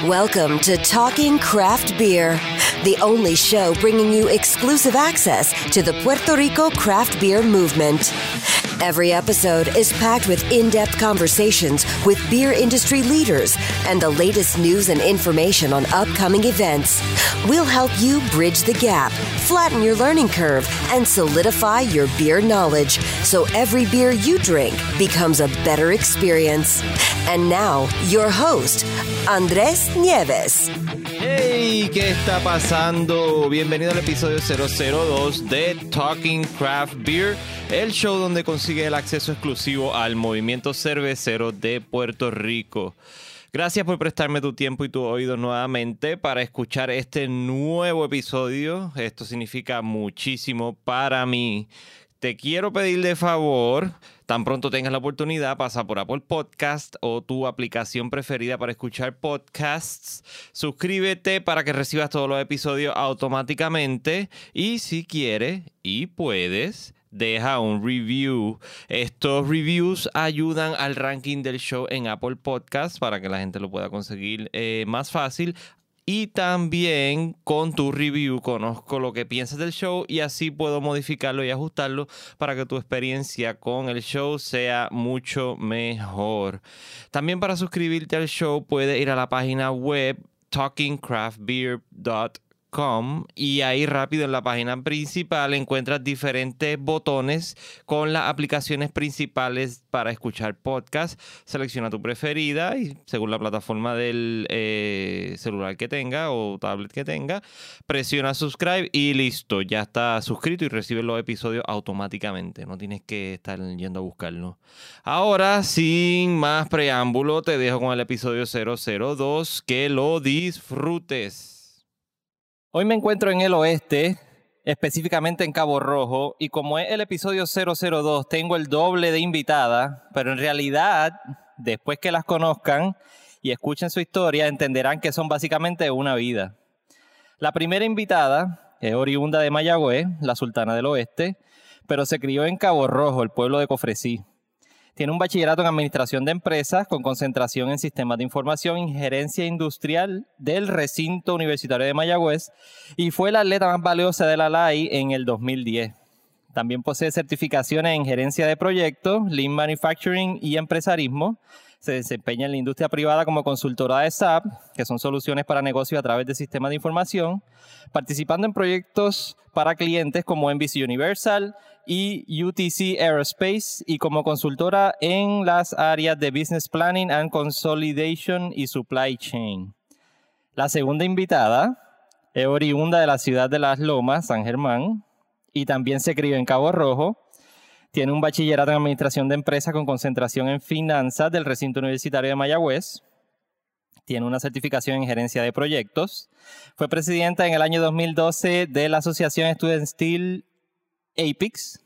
Welcome to Talking Craft Beer, the only show bringing you exclusive access to the Puerto Rico craft beer movement. Every episode is packed with in-depth conversations with beer industry leaders and the latest news and information on upcoming events. We'll help you bridge the gap, flatten your learning curve, and solidify your beer knowledge so every beer you drink becomes a better experience. And now, your host, Andrés Nieves. Hey, ¿qué está pasando? Bienvenido al episodio 002 de Talking Craft Beer, el show donde consigue el acceso exclusivo al movimiento cervecero de Puerto Rico. Gracias por prestarme tu tiempo y tu oído nuevamente para escuchar este nuevo episodio. Esto significa muchísimo para mí. Te quiero pedir de favor, tan pronto tengas la oportunidad, pasa por Apple Podcast o tu aplicación preferida para escuchar podcasts. Suscríbete para que recibas todos los episodios automáticamente. Y si quieres y puedes, deja un review. Estos reviews ayudan al ranking del show en Apple Podcast para que la gente lo pueda conseguir más fácil. Y también con tu review conozco lo que piensas del show y así puedo modificarlo y ajustarlo para que tu experiencia con el show sea mucho mejor. También para suscribirte al show puedes ir a la página web talkingcraftbeer.com y ahí rápido en la página principal encuentras diferentes botones con las aplicaciones principales para escuchar podcast. Selecciona tu preferida y según la plataforma del celular que tenga o tablet que tenga, presiona subscribe y listo, ya está suscrito y recibes los episodios automáticamente. No tienes que estar yendo a buscarlo. Ahora, sin más preámbulo, te dejo con el episodio 002. Que lo disfrutes. Hoy me encuentro en el oeste, específicamente en Cabo Rojo, y como es el episodio 002, tengo el doble de invitada, pero en realidad, después que las conozcan y escuchen su historia, entenderán que son básicamente una vida. La primera invitada es oriunda de Mayagüez, la Sultana del Oeste, pero se crió en Cabo Rojo, el pueblo de Cofresí. Tiene un bachillerato en Administración de Empresas con concentración en Sistemas de Información y Gerencia Industrial del Recinto Universitario de Mayagüez y fue la atleta más valiosa de la LAI en el 2010. También posee certificaciones en Gerencia de Proyectos, Lean Manufacturing y Empresarismo. Se desempeña en la industria privada como consultora de SAP, que son soluciones para negocios a través de sistemas de información, participando en proyectos para clientes como NBC Universal y UTC Aerospace y como consultora en las áreas de Business Planning and Consolidation y Supply Chain. La segunda invitada es oriunda de la ciudad de Las Lomas, San Germán, y también se crió en Cabo Rojo. Tiene un bachillerato en Administración de Empresas con concentración en Finanzas del Recinto Universitario de Mayagüez. Tiene una certificación en Gerencia de Proyectos. Fue presidenta en el año 2012 de la Asociación Estudiantil APIX.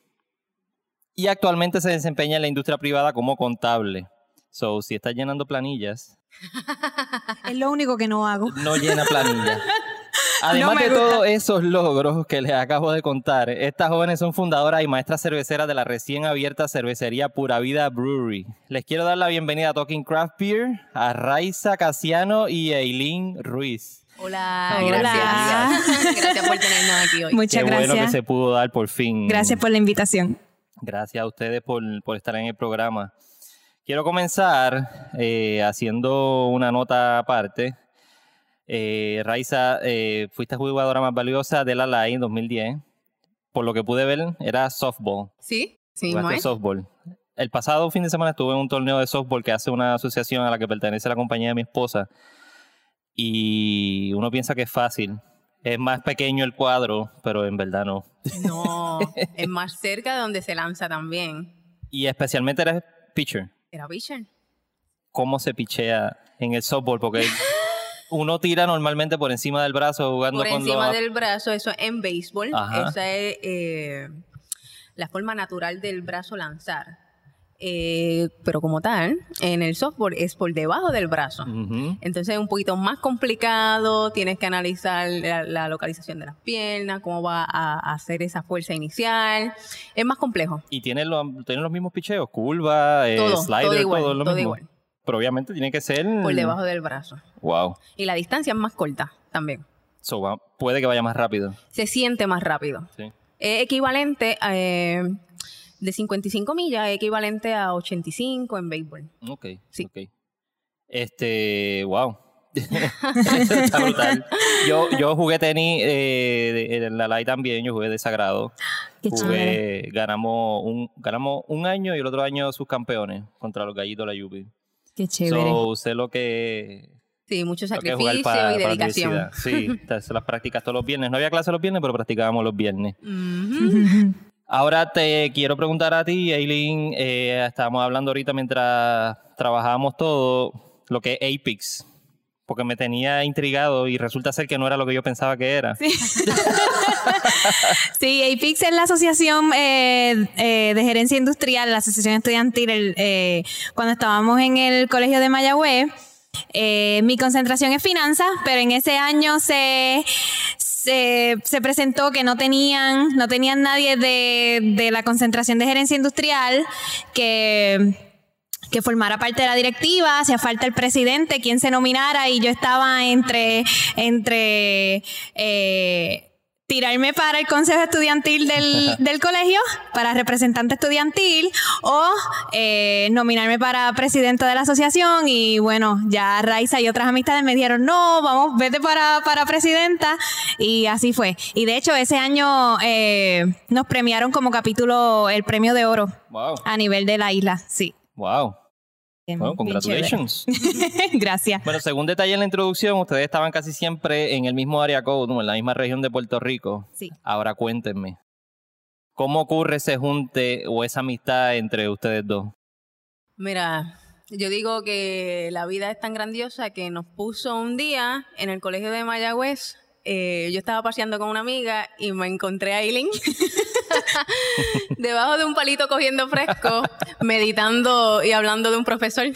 Y actualmente se desempeña en la industria privada como contable. So, si estás llenando planillas... Es lo único que no hago. No llena planillas. Además de todos esos logros que les acabo de contar, estas jóvenes son fundadoras y maestras cerveceras de la recién abierta cervecería Pura Vida Brewery. Les quiero dar la bienvenida a Talking Craft Beer, a Raiza Casiano y a Eileen Ruiz. Hola, Hola. gracias. Gracias por tenernos aquí hoy. Muchas Qué gracias. bueno que se pudo dar por fin. Gracias por la invitación. Gracias a ustedes por estar en el programa. Quiero comenzar haciendo una nota aparte. Raiza, fuiste jugadora más valiosa de la LAI en 2010. Por lo que pude ver, era softball. Sí, sí, Jugaste ¿no es? softball. El pasado fin de semana estuve en un torneo de softball que hace una asociación a la que pertenece la compañía de mi esposa. Y uno piensa que es fácil. Es más pequeño el cuadro, pero en verdad no. No, es más cerca de donde se lanza también. Y especialmente eres pitcher. Era pitcher. ¿Cómo se pichea en el softball? Porque uno tira normalmente por encima del brazo jugando Por con encima los... del brazo, eso es en béisbol. Ajá. Esa es la forma natural del brazo lanzar. Pero como tal, en el softball es por debajo del brazo. Ujú. Entonces es un poquito más complicado, tienes que analizar la localización de las piernas, cómo va a hacer esa fuerza inicial. Es más complejo. Y tienen los mismos picheos, curva, Todo, slider, todo igual, todo lo todo mismo. igual. Pero obviamente tiene que ser... Por debajo del brazo. Wow. Y la distancia es más corta también. So, puede que vaya más rápido. Se siente más rápido. Sí. Es equivalente de 55 millas, es equivalente a 85 en béisbol. Ok, Sí. ok. Wow. Eso está brutal. Yo jugué tenis en la LAI también, yo jugué de sagrado. Qué chévere. Ganamos un año y el otro año subcampeones contra los gallitos de la Yupi. Qué chévere. So, sé lo que... Sí, mucho lo que es sacrificio jugar y para la dedicación. universidad. Sí, las practicas todos los viernes. No había clase los viernes, pero practicábamos los viernes. Ujú. Ahora te quiero preguntar a ti, Aileen, estábamos hablando ahorita mientras trabajábamos todo, lo que es APICS, porque me tenía intrigado y resulta ser que no era lo que yo pensaba que era. Sí, APICS es la asociación de gerencia industrial, la asociación estudiantil. Cuando estábamos en el colegio de Mayagüez, mi concentración es finanzas, pero en ese año se presentó que no tenían nadie de la concentración de gerencia industrial que formara parte de la directiva, hacía falta el presidente, quien se nominara, y yo estaba entre tirarme para el consejo estudiantil del colegio, para representante estudiantil, o nominarme para presidenta de la asociación. Y bueno, ya Raiza y otras amistades me dijeron, no, vamos, vete para presidenta, y así fue. Y de hecho ese año nos premiaron como capítulo el premio de oro. Wow. A nivel de la isla, sí. Wow. Bueno, Bien congratulations. chévere. Gracias. Bueno, según detalle en la introducción, ustedes estaban casi siempre en el mismo área code, ¿no? En la misma región de Puerto Rico. Sí. Ahora cuéntenme, ¿cómo ocurre ese junte o esa amistad entre ustedes dos? Mira, yo digo que la vida es tan grandiosa que nos puso un día en el colegio de Mayagüez. Yo estaba paseando con una amiga y me encontré a Aileen debajo de un palito cogiendo fresco, meditando y hablando de un profesor.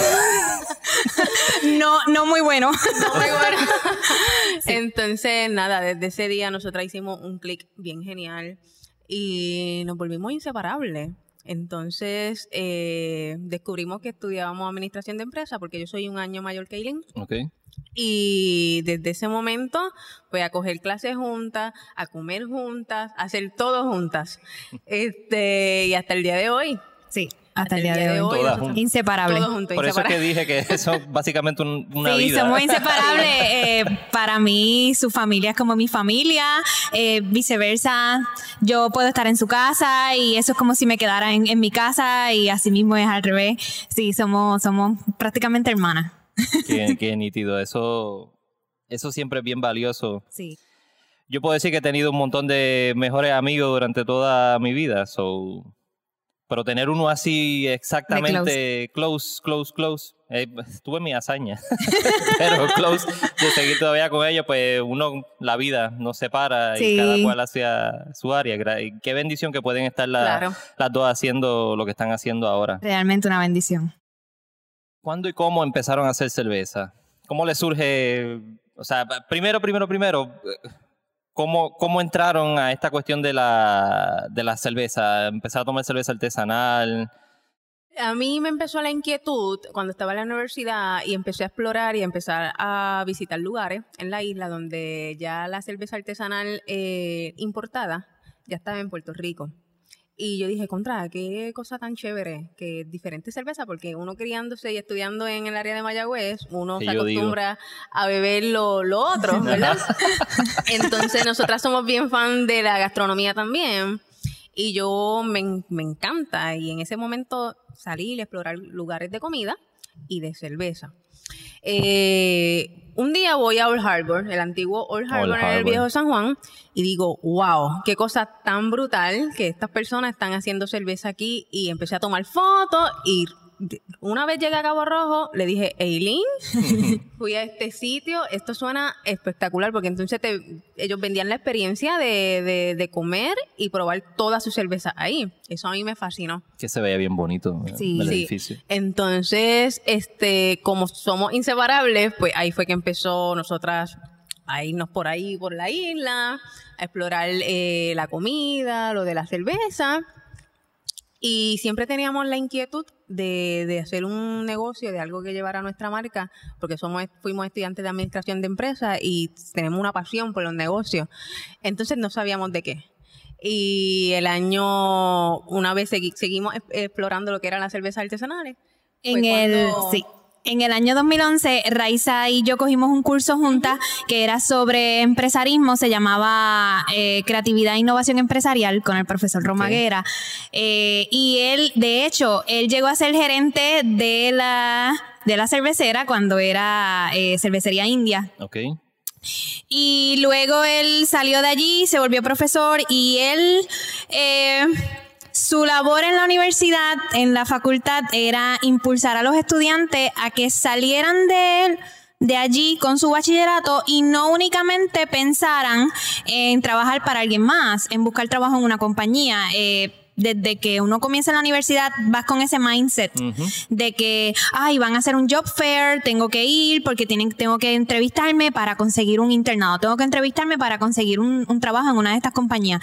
No muy bueno. No muy bueno. Entonces, nada, desde ese día nosotras hicimos un clic bien genial y nos volvimos inseparables. Entonces, descubrimos que estudiábamos administración de empresa porque yo soy un año mayor que Aileen. Okay. Y desde ese momento, pues a coger clases juntas, a comer juntas, a hacer todo juntas. Y hasta el día de hoy. Sí, hasta el día de hoy. Todas juntas. Inseparables. Todos juntos, Por eso es que dije que eso es básicamente una Sí, vida. somos inseparables. Para mí, su familia es como mi familia. Viceversa, yo puedo estar en su casa y eso es como si me quedara en mi casa, y así mismo es al revés. Sí, somos prácticamente hermanas. Qué nítido. Eso siempre es bien valioso. Sí. Yo puedo decir que he tenido un montón de mejores amigos durante toda mi vida. Pero tener uno así exactamente close, tuve mi hazaña. Pero close, de seguir todavía con ellos, pues la vida nos separa, Sí. y cada cual hacia su área. Y qué bendición que pueden estar Claro. las dos haciendo lo que están haciendo ahora. Realmente una bendición. ¿Cuándo y cómo empezaron a hacer cerveza? ¿Cómo les surge? O sea, primero, ¿cómo entraron a esta cuestión de la cerveza? ¿Empezar a tomar cerveza artesanal? A mí me empezó la inquietud cuando estaba en la universidad y empecé a explorar y a empezar a visitar lugares en la isla donde ya la cerveza artesanal importada ya estaba en Puerto Rico. Y yo dije, qué cosa tan chévere, que diferente cerveza, porque uno criándose y estudiando en el área de Mayagüez, uno se acostumbra a beber lo otro, ¿verdad? Entonces, nosotras somos bien fan de la gastronomía también, y yo me encanta, y en ese momento salir a explorar lugares de comida y de cerveza. Un día voy a Old Harbor, el antiguo Old Harbor en el viejo San Juan, y digo, wow, qué cosa tan brutal que estas personas están haciendo cerveza aquí, y empecé a tomar fotos, y una vez llegué a Cabo Rojo, le dije, Aileen, fui a este sitio, esto suena espectacular, porque entonces ellos vendían la experiencia de comer y probar toda su cerveza ahí. Eso a mí me fascinó. Que se veía bien bonito, Sí. el Sí. edificio. Entonces, como somos inseparables, pues ahí fue que empezó nosotras a irnos por ahí, por la isla, a explorar la comida, lo de la cerveza. Y siempre teníamos la inquietud de hacer un negocio, de algo que llevara nuestra marca, porque fuimos estudiantes de administración de empresas y tenemos una pasión por los negocios. Entonces no sabíamos de qué. Y una vez seguimos explorando lo que eran las cervezas artesanales. En el año 2011, Raiza y yo cogimos un curso juntas que era sobre empresarismo, se llamaba Creatividad e Innovación Empresarial con el profesor Romaguera. Y él, de hecho, él llegó a ser gerente de la cervecera cuando era Cervecería India. Okay. Y luego él salió de allí, se volvió profesor y él... su labor en la universidad, en la facultad, era impulsar a los estudiantes a que salieran de allí con su bachillerato y no únicamente pensaran en trabajar para alguien más, en buscar trabajo en una compañía. Desde que uno comienza en la universidad vas con ese mindset de que van a hacer un job fair, tengo que ir porque tengo que entrevistarme para conseguir un internado, tengo que entrevistarme para conseguir un trabajo en una de estas compañías.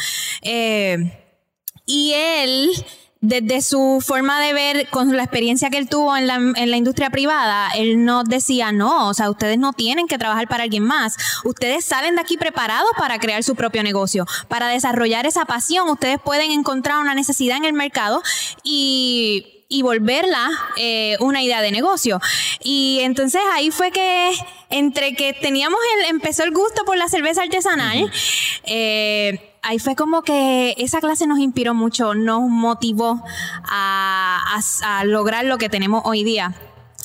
Y él, desde su forma de ver, con la experiencia que él tuvo en la industria privada, él nos decía, no, o sea, ustedes no tienen que trabajar para alguien más. Ustedes salen de aquí preparados para crear su propio negocio. Para desarrollar esa pasión, ustedes pueden encontrar una necesidad en el mercado y volverla una idea de negocio. Y entonces ahí fue que, entre que empezó el gusto por la cerveza artesanal, ahí fue como que esa clase nos inspiró mucho, nos motivó a lograr lo que tenemos hoy día.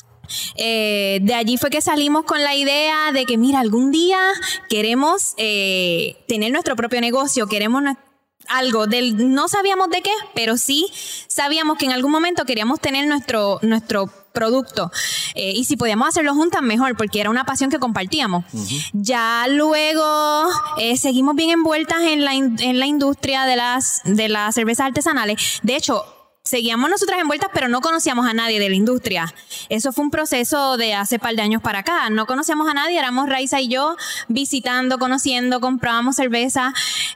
De allí fue que salimos con la idea de que, mira, algún día queremos tener nuestro propio negocio, queremos algo, no sabíamos de qué, pero sí sabíamos que en algún momento queríamos tener nuestro producto. Y si podíamos hacerlo juntas, mejor, porque era una pasión que compartíamos. Ya luego seguimos bien envueltas en la industria de las cervezas artesanales. De hecho, seguíamos nosotras envueltas, pero no conocíamos a nadie de la industria. Eso fue un proceso de hace par de años para acá. No conocíamos a nadie, éramos Raiza y yo visitando, conociendo, comprábamos cerveza.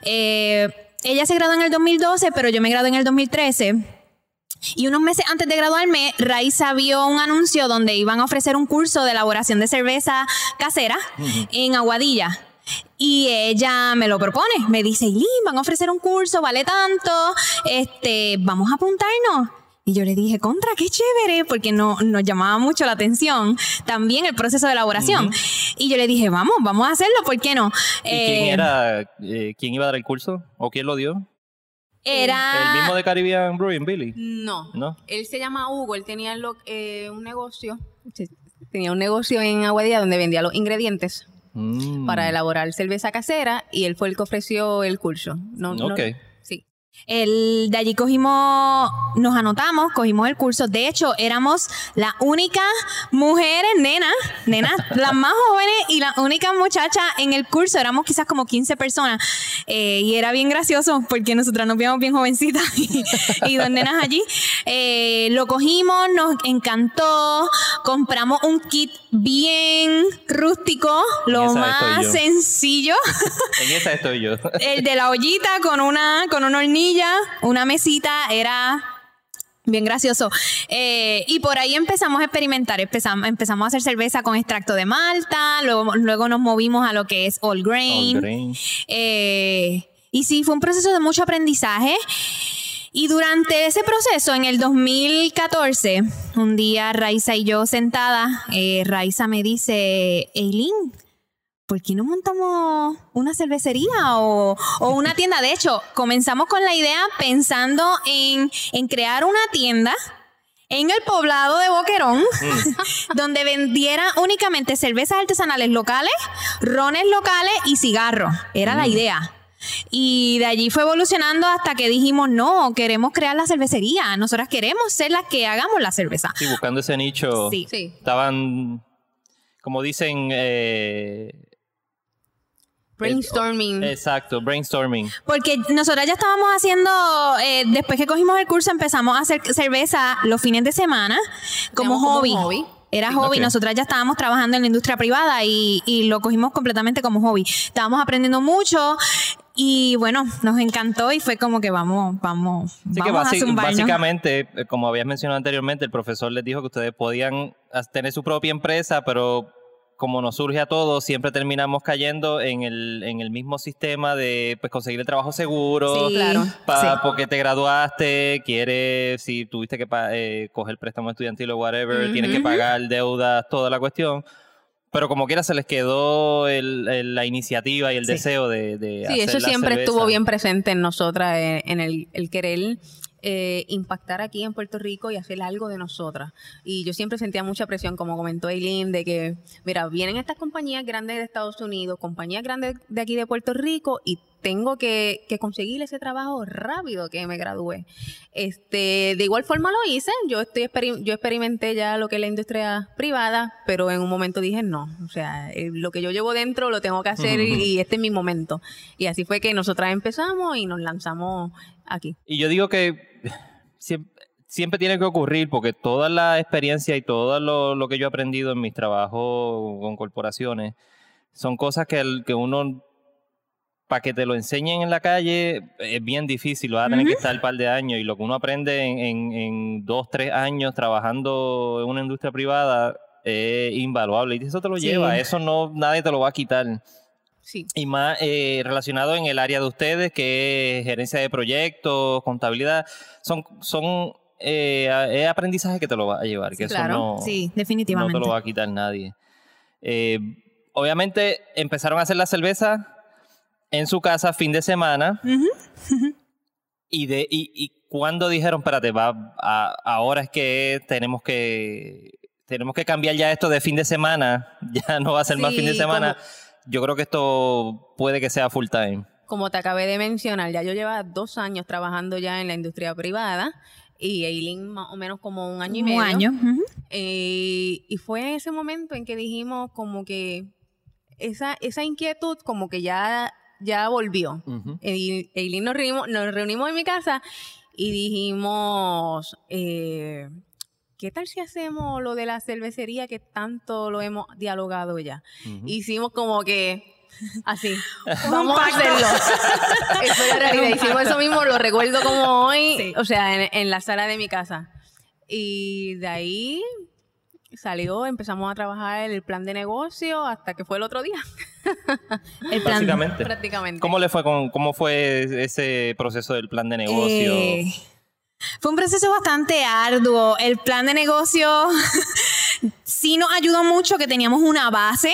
Ella se graduó en el 2012, pero yo me gradué en el 2013. Y unos meses antes de graduarme, Raiza vio un anuncio donde iban a ofrecer un curso de elaboración de cerveza casera en Aguadilla. Y ella me lo propone, me dice, Eileen, van a ofrecer un curso, vale tanto, vamos a apuntarnos. Y yo le dije, contra, qué chévere, porque nos llamaba mucho la atención también el proceso de elaboración. Y yo le dije, vamos a hacerlo, ¿por qué no? ¿Y quién iba a dar el curso? ¿O quién lo dio? Era... ¿El mismo de Caribbean Brewing, Billy? No. Él se llama Hugo, él tenía un negocio. Tenía un negocio en Aguadilla donde vendía los ingredientes para elaborar cerveza casera y él fue el que ofreció el curso. Sí. De allí nos anotamos, cogimos el curso. De hecho, éramos las únicas mujeres, nenas, las más jóvenes y las únicas muchachas en el curso. Éramos quizás como 15 personas. Y era bien gracioso porque nosotras nos veíamos bien jovencitas y dos nenas allí. Lo cogimos, nos encantó. Compramos un kit bien rústico, lo más sencillo. En esa estoy yo. El de la ollita con una hornilla, una mesita, era bien gracioso. Y por ahí empezamos a experimentar, empezamos a hacer cerveza con extracto de malta, luego nos movimos a lo que es all grain. Y sí, fue un proceso de mucho aprendizaje. Y durante ese proceso, en el 2014, un día Raiza y yo sentadas, Raiza me dice, Eileen, ¿por qué no montamos una cervecería o una tienda? De hecho, comenzamos con la idea pensando en crear una tienda en el poblado de Boquerón, donde vendiera únicamente cervezas artesanales locales, rones locales y cigarros. Era la idea. Y de allí fue evolucionando hasta que dijimos, no, queremos crear la cervecería. Nosotras queremos ser las que hagamos la cerveza. Sí, buscando ese nicho. Sí. Estaban, como dicen... brainstorming. Exacto, brainstorming. Porque nosotras ya estábamos haciendo, después que cogimos el curso, empezamos a hacer cerveza los fines de semana como hobby. Era hobby. Okay. Nosotras ya estábamos trabajando en la industria privada y lo cogimos completamente como hobby. Estábamos aprendiendo mucho. Y bueno, nos encantó y fue como que vamos a zumbarnos. Básicamente, como habías mencionado anteriormente, el profesor les dijo que ustedes podían tener su propia empresa, pero como nos surge a todos, siempre terminamos cayendo en el mismo sistema de pues, conseguir el trabajo seguro, Sí, claro. porque te graduaste, si tuviste que coger préstamo estudiantil o whatever, tienes que pagar deudas, toda la cuestión. Pero como quiera se les quedó la iniciativa y el deseo de hacer eso la siempre cerveza. estuvo bien presente en nosotras, en el querer impactar aquí en Puerto Rico y hacer algo de nosotras. Y yo siempre sentía mucha presión, como comentó Eileen, de que, mira, vienen estas compañías grandes de Estados Unidos, compañías grandes de aquí de Puerto Rico, y tengo que conseguir ese trabajo rápido que me gradué. De igual forma lo hice. Yo experimenté ya lo que es la industria privada, pero en un momento dije no. O sea, lo que yo llevo dentro lo tengo que hacer y este es mi momento. Y así fue que nosotras empezamos y nos lanzamos aquí. Y yo digo que siempre tiene que ocurrir, porque toda la experiencia y todo lo que yo he aprendido en mis trabajos con corporaciones son cosas que uno, para que te lo enseñen en la calle, es bien difícil. Vas a tener que estar un par de años, y lo que uno aprende en 2, 3 años trabajando en una industria privada es invaluable. Y eso te lo lleva, eso nadie te lo va a quitar. Sí. Y más relacionado en el área de ustedes, que es gerencia de proyectos, contabilidad, son aprendizaje que te lo va a llevar, que claro. eso Sí, definitivamente. no te lo va a quitar nadie. Obviamente empezaron a hacer la cerveza en su casa fin de semana. Y cuando dijeron, espérate, ahora es que tenemos que cambiar ya esto de fin de semana, ya no va a ser más fin de semana. Yo creo que esto puede que sea full time. Como te acabé de mencionar, ya yo llevaba 2 años trabajando ya en la industria privada, y Eileen más o menos como 1 año y medio. 1 año. Y fue ese momento en que dijimos como que esa inquietud como que ya volvió. Y Eileen nos reunimos en mi casa y dijimos, ¿qué tal si hacemos lo de la cervecería que tanto lo hemos dialogado ya? Hicimos como que así, vamos a hacerlo. Eso es la realidad. Hicimos eso mismo, lo recuerdo como hoy, o sea, en la sala de mi casa. Y de ahí empezamos a trabajar el plan de negocio hasta que fue el otro día. El plan, prácticamente. ¿Cómo fue ese proceso del plan de negocio? Fue un proceso bastante arduo. El plan de negocio sí nos ayudó mucho, que teníamos una base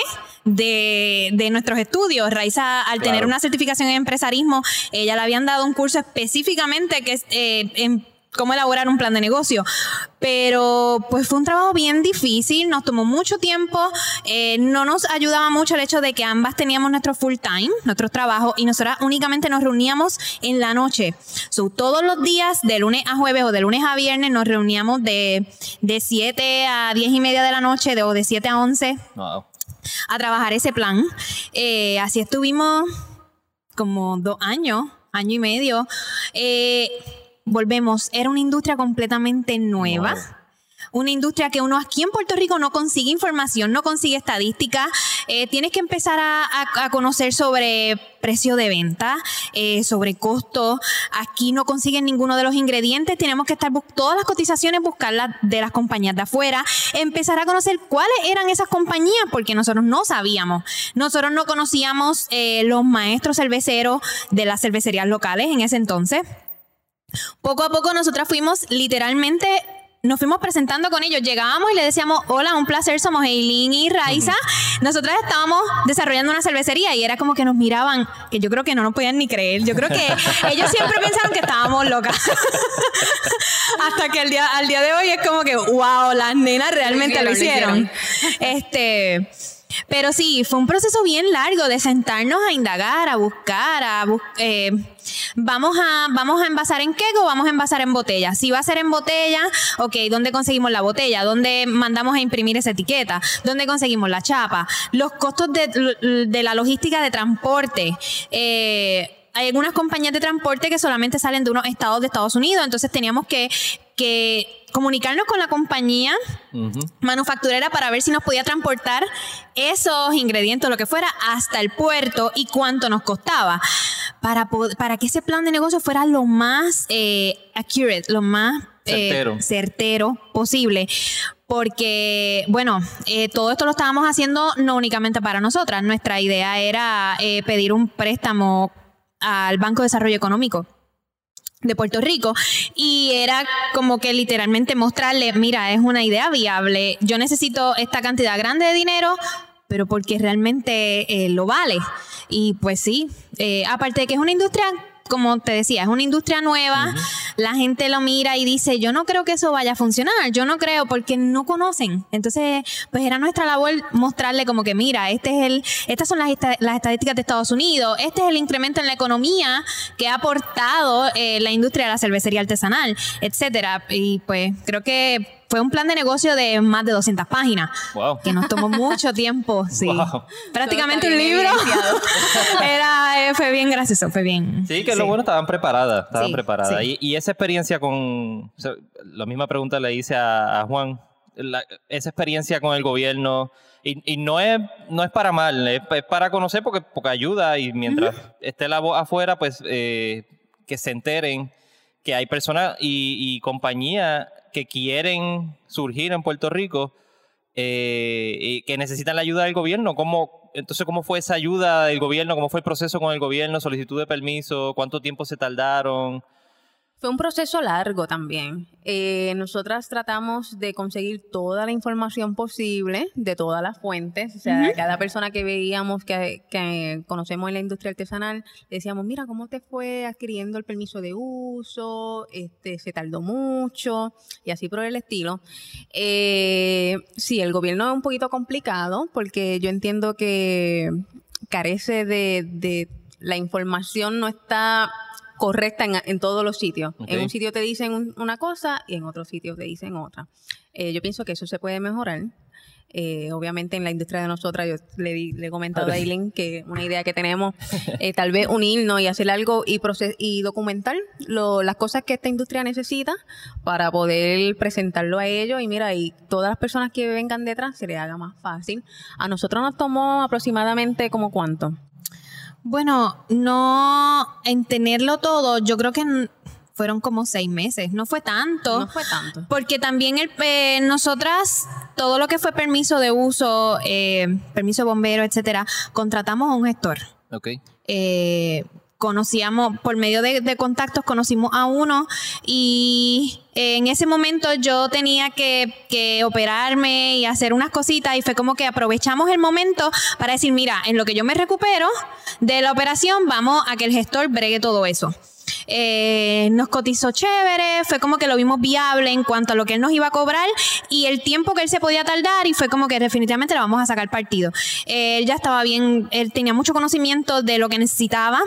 de nuestros estudios. Raiza, al tener una certificación en empresarismo, ella le habían dado un curso específicamente que es en cómo elaborar un plan de negocio. Pero pues fue un trabajo bien difícil, nos tomó mucho tiempo, no nos ayudaba mucho el hecho de que ambas teníamos nuestro full time, nuestros trabajos, y nosotras únicamente nos reuníamos en la noche. Todos los días, de lunes a jueves o de lunes a viernes, nos reuníamos de 7 a 10 y media de la noche, o de 7 a 11, a trabajar ese plan. Así estuvimos como 2 años, año y medio. Volvemos, era una industria completamente nueva. Una industria que uno aquí en Puerto Rico no consigue información, no consigue estadística. Tienes que empezar a conocer sobre precio de venta, sobre costos. Aquí no consiguen ninguno de los ingredientes. Tenemos que estar todas las cotizaciones, buscarlas de las compañías de afuera. Empezar a conocer cuáles eran esas compañías, porque nosotros no sabíamos. Nosotros no conocíamos los maestros cerveceros de las cervecerías locales en ese entonces. Poco a poco nosotras nos fuimos presentando con ellos. Llegábamos y le decíamos, hola, un placer, somos Eileen y Raiza. Nosotras estábamos desarrollando una cervecería, y era como que nos miraban, que yo creo que no nos podían ni creer. Yo creo que ellos siempre pensaron que estábamos locas. Hasta que al día de hoy es como que, wow, las nenas realmente lo hicieron. Pero sí, fue un proceso bien largo de sentarnos a indagar, a buscar, vamos a envasar en keg o vamos a envasar en botella. Si va a ser en botella, ok, ¿dónde conseguimos la botella? ¿Dónde mandamos a imprimir esa etiqueta? ¿Dónde conseguimos la chapa? Los costos de la logística de transporte. Hay algunas compañías de transporte que solamente salen de unos estados de Estados Unidos, entonces teníamos que comunicarnos con la compañía manufacturera para ver si nos podía transportar esos ingredientes, lo que fuera, hasta el puerto y cuánto nos costaba. para que ese plan de negocio fuera lo más accurate, lo más certero posible. Porque, bueno, todo esto lo estábamos haciendo no únicamente para nosotras. Nuestra idea era pedir un préstamo al Banco de Desarrollo Económico de Puerto Rico, y era como que literalmente mostrarle, mira, es una idea viable, yo necesito esta cantidad grande de dinero, pero porque realmente lo vale. Y pues sí, aparte de que es una industria, como te decía, es una industria nueva, la gente lo mira y dice, yo no creo que eso vaya a funcionar, yo no creo, porque no conocen. Entonces, pues era nuestra labor mostrarle como que, mira, estas son las estadísticas de Estados Unidos, este es el incremento en la economía que ha aportado la industria de la cervecería artesanal, etcétera. Y pues creo que fue un plan de negocio de más de 200 páginas. Wow. Que nos tomó mucho tiempo. Sí. Wow. Prácticamente un libro. Fue bien gracioso, fue bien. Sí, que lo bueno, estaban preparadas. Sí. Y esa experiencia con... O sea, la misma pregunta le hice a Juan. Esa experiencia con el gobierno... Y no es para mal, es para conocer porque ayuda. Y mientras esté la voz afuera, pues que se enteren que hay personas y compañías que quieren surgir en Puerto Rico y que necesitan la ayuda del gobierno. Entonces, ¿cómo fue esa ayuda del gobierno? ¿Cómo fue el proceso con el gobierno? ¿Solicitud de permiso? ¿Cuánto tiempo se tardaron? Fue un proceso largo también. Nosotras tratamos de conseguir toda la información posible de todas las fuentes. O sea, cada persona que veíamos que conocemos en la industria artesanal, le decíamos, mira, ¿cómo te fue adquiriendo el permiso de uso? Se tardó mucho y así por el estilo. Sí, el gobierno es un poquito complicado porque yo entiendo que carece de la información, no está correcta en todos los sitios. Okay. En un sitio te dicen una cosa y en otro sitio te dicen otra. Yo pienso que eso se puede mejorar. Obviamente en la industria de nosotras, yo le he comentado a Aileen que una idea que tenemos tal vez unirnos y hacer algo y documentar las cosas que esta industria necesita para poder presentarlo a ellos, y mira, y todas las personas que vengan detrás se les haga más fácil. A nosotros nos tomó aproximadamente ¿como cuánto? Bueno, no, en tenerlo todo, yo creo que fueron como 6 meses, no fue tanto. No fue tanto. Porque también nosotras, todo lo que fue permiso de uso, permiso de bombero, etcétera, contratamos a un gestor. Okay. Conocíamos, por medio de contactos, conocimos a uno, y en ese momento yo tenía que operarme y hacer unas cositas, y fue como que aprovechamos el momento para decir, mira, en lo que yo me recupero de la operación, vamos a que el gestor bregue todo eso. Nos cotizó chévere, fue como que lo vimos viable en cuanto a lo que él nos iba a cobrar y el tiempo que él se podía tardar, y fue como que definitivamente le vamos a sacar partido. Él ya estaba bien, él tenía mucho conocimiento de lo que necesitaba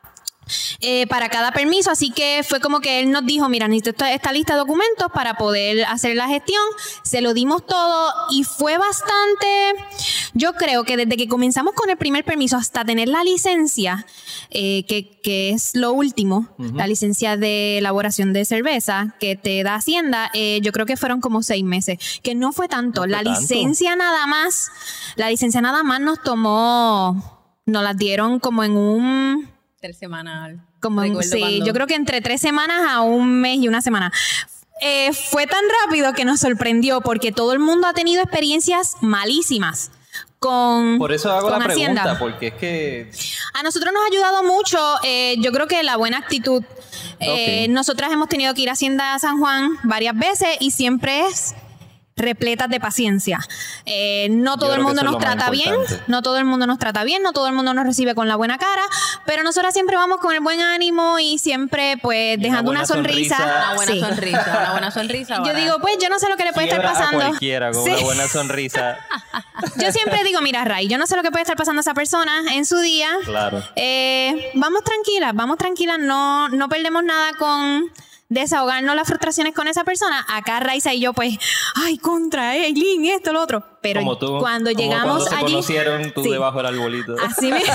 para cada permiso, así que fue como que él nos dijo, mira, necesito esta lista de documentos para poder hacer la gestión. Se lo dimos todo y fue bastante, yo creo que desde que comenzamos con el primer permiso hasta tener la licencia, que es lo último, la licencia de elaboración de cerveza que te da Hacienda, yo creo que fueron como 6 meses, que no fue tanto. La licencia nada más nos tomó, nos la dieron como en un... semanal. Sí, yo creo que entre 3 semanas a 1 mes y 1 semana. Fue tan rápido que nos sorprendió porque todo el mundo ha tenido experiencias malísimas con Por eso hago la Hacienda. Pregunta, porque es que... A nosotros nos ha ayudado mucho, yo creo que la buena actitud. Nosotras hemos tenido que ir a Hacienda San Juan varias veces y siempre es repletas de paciencia. No todo el mundo nos trata bien, no todo el mundo nos trata bien, no todo el mundo nos recibe con la buena cara, pero nosotras siempre vamos con el buen ánimo y siempre pues dejando una sonrisa. Una buena sonrisa. Yo digo, pues yo no sé lo que le puede estar pasando. A cualquiera con una buena sonrisa. Yo siempre digo, mira, Ray, yo no sé lo que puede estar pasando a esa persona en su día. Claro. Vamos tranquilas, no perdemos nada con desahogarnos las frustraciones con esa persona. Acá Raiza y yo pues, ay, contra Aileen, esto, lo otro. Pero cuando llegamos allí... Cuando se conocieron tú debajo del arbolito. Así mismo.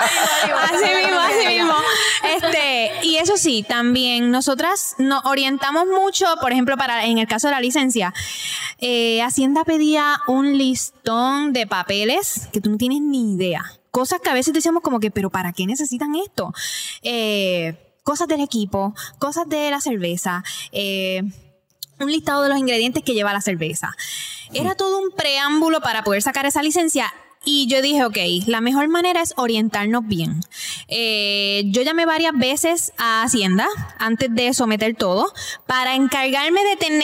así mismo. Y eso sí, también nosotras nos orientamos mucho, por ejemplo, en el caso de la licencia, Hacienda pedía un listón de papeles que tú no tienes ni idea. cosas que a veces decíamos como que, pero ¿para qué necesitan esto? Cosas del equipo, cosas de la cerveza, un listado de los ingredientes que lleva la cerveza. Era todo un preámbulo para poder sacar esa licencia. Y yo dije, ok, la mejor manera es orientarnos bien. Yo llamé varias veces a Hacienda antes de someter todo para encargarme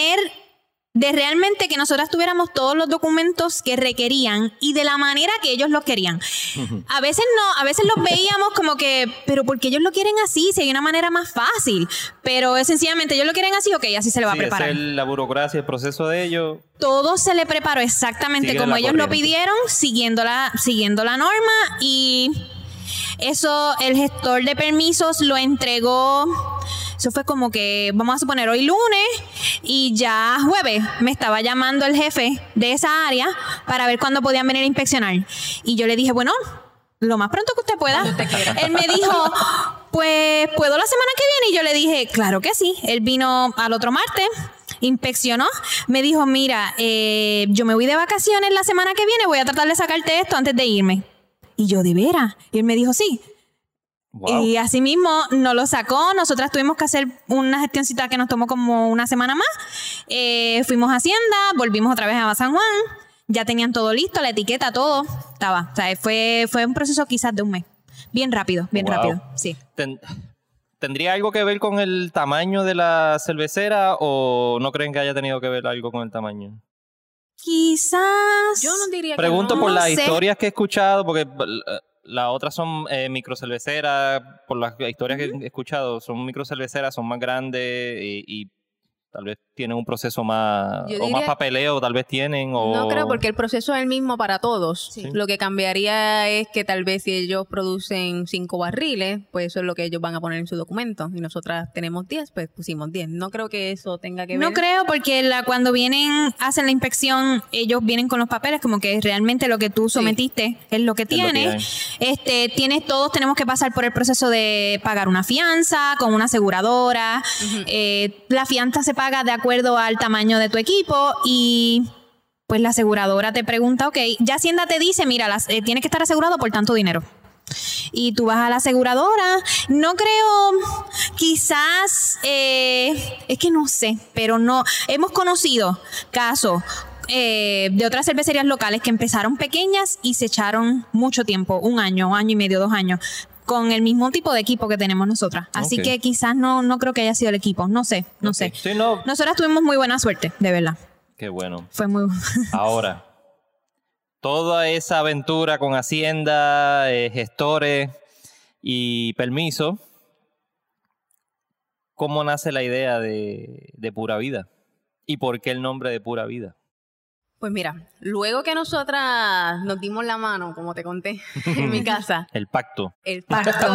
de realmente que nosotras tuviéramos todos los documentos que requerían y de la manera que ellos los querían. A veces no, a veces los veíamos como que, pero ¿por qué ellos lo quieren así? Si hay una manera más fácil. Pero sencillamente ellos lo quieren así, ok, así se le va a preparar. La burocracia, el proceso de ellos. Todo se le preparó exactamente como ellos lo pidieron, siguiendo la norma, y eso el gestor de permisos lo entregó. Eso fue como que, vamos a suponer, hoy lunes, y ya jueves me estaba llamando el jefe de esa área para ver cuándo podían venir a inspeccionar. Y yo le dije, bueno, lo más pronto que usted pueda. Él me dijo, pues, ¿puedo la semana que viene? Y yo le dije, claro que sí. Él vino al otro martes, inspeccionó, me dijo, mira, yo me voy de vacaciones la semana que viene, voy a tratar de sacarte esto antes de irme. Y yo, ¿de veras? Y él me dijo, sí. Wow. Y así mismo nos lo sacó. Nosotras tuvimos que hacer una gestioncita que nos tomó como una semana más. Fuimos a Hacienda, volvimos otra vez a San Juan. Ya tenían todo listo, la etiqueta, todo estaba. O sea, fue un proceso quizás de un mes. Bien rápido, rápido. Sí. ¿Tendría algo que ver con el tamaño de la cervecera o no creen que haya tenido que ver algo con el tamaño? Quizás. Yo no diría que Pregunto no. por No las sé. historias que he escuchado, porque las otras son microcerveceras. Por las historias que he escuchado, son microcerveceras, son más grandes y tal vez tienen un proceso más, o más papeleo, tal vez tienen. O... No creo, porque el proceso es el mismo para todos. Sí. Lo que cambiaría es que tal vez si ellos producen 5 barriles, pues eso es lo que ellos van a poner en su documento. Y nosotras tenemos 10, pues pusimos 10. No creo que eso tenga que ver. No creo, porque cuando hacen la inspección, ellos vienen con los papeles como que realmente lo que tú sometiste es lo que tienes. Todos tenemos que pasar por el proceso de pagar una fianza con una aseguradora. La fianza se paga de acuerdo al tamaño de tu equipo y pues la aseguradora te pregunta, ok, ya Hacienda te dice, mira, tienes que estar asegurado por tanto dinero. Y tú vas a la aseguradora. No creo, quizás, es que no sé, pero no. Hemos conocido casos de otras cervecerías locales que empezaron pequeñas y se echaron mucho tiempo, 1 año, 1 año y medio, 2 años, con el mismo tipo de equipo que tenemos nosotras. Así que quizás no creo que haya sido el equipo. No sé. Sí, no. Nosotras tuvimos muy buena suerte, de verdad. Qué bueno. Fue muy... Ahora, toda esa aventura con Hacienda, gestores y permiso, ¿cómo nace la idea de Pura Vida? ¿Y por qué el nombre de Pura Vida? Pues mira, luego que nosotras nos dimos la mano, como te conté, en mi casa. El pacto. El pacto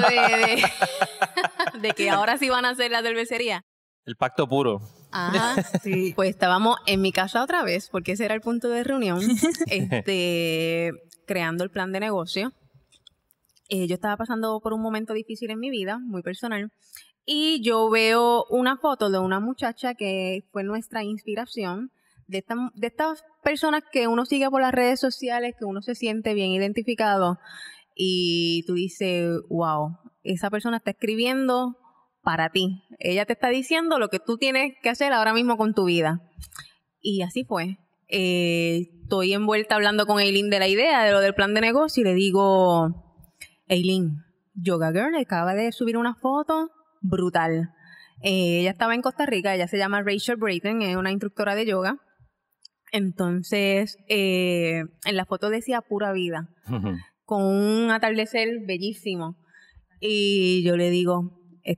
de que ahora sí van a hacer la cervecería. El pacto puro. Ajá, sí. Pues estábamos en mi casa otra vez, porque ese era el punto de reunión, creando el plan de negocio. Yo estaba pasando por un momento difícil en mi vida, muy personal, y yo veo una foto de una muchacha que fue nuestra inspiración, de estas personas que uno sigue por las redes sociales, que uno se siente bien identificado, y tú dices, wow, esa persona está escribiendo para ti. Ella te está diciendo lo que tú tienes que hacer ahora mismo con tu vida. Y así fue. Estoy envuelta hablando con Eileen de la idea, de lo del plan de negocio, y le digo, Eileen, Yoga Girl acaba de subir una foto brutal. Ella estaba en Costa Rica, ella se llama Rachel Brayton, es una instructora de yoga. Entonces, en la foto decía Pura Vida, con un atardecer bellísimo. Y yo le digo,